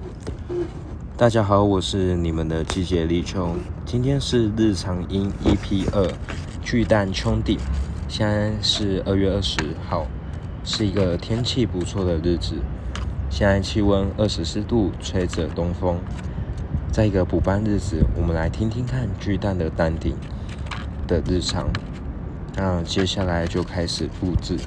大家好，我是你们的季节立秋。今天是日常音 EP2巨蛋穹顶，现在是2月20号，是一个天气不错的日子。现在气温24度，吹着东风。在一个补班日子，我们来听听看巨蛋的丹顶的日常。那接下来就开始布置。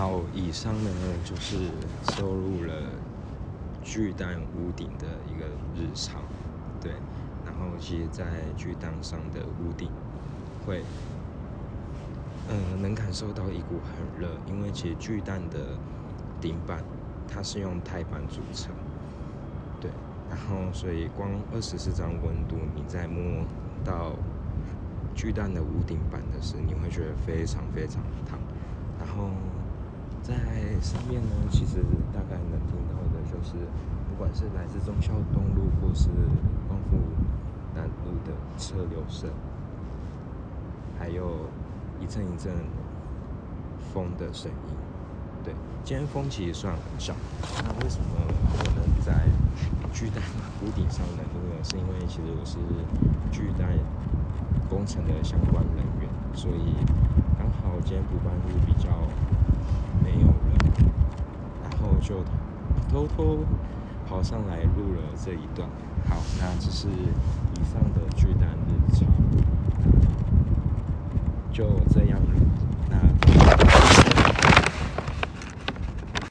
好，以上呢就是收录了巨蛋屋顶的一个日常，对。然后其实，在巨蛋上的屋顶会，能感受到一股很热，因为其实巨蛋的顶板它是用钛板组成，对。然后所以光24这样温度，你在摸到巨蛋的屋顶板的时候，你会觉得非常非常烫。然后在上面呢，其实大概能听到的就是，不管是来自忠孝东路或是光复南路的车流声，还有一阵一阵风的声音。对，今天风其实算很小。那为什么我能在巨蛋屋顶上能录呢？是因为其实我是巨蛋工程的相关人员，所以刚好今天补班日比较没有人，然后就偷偷跑上来录了这一段。好，那这是以上的巨蛋日常，就这样了。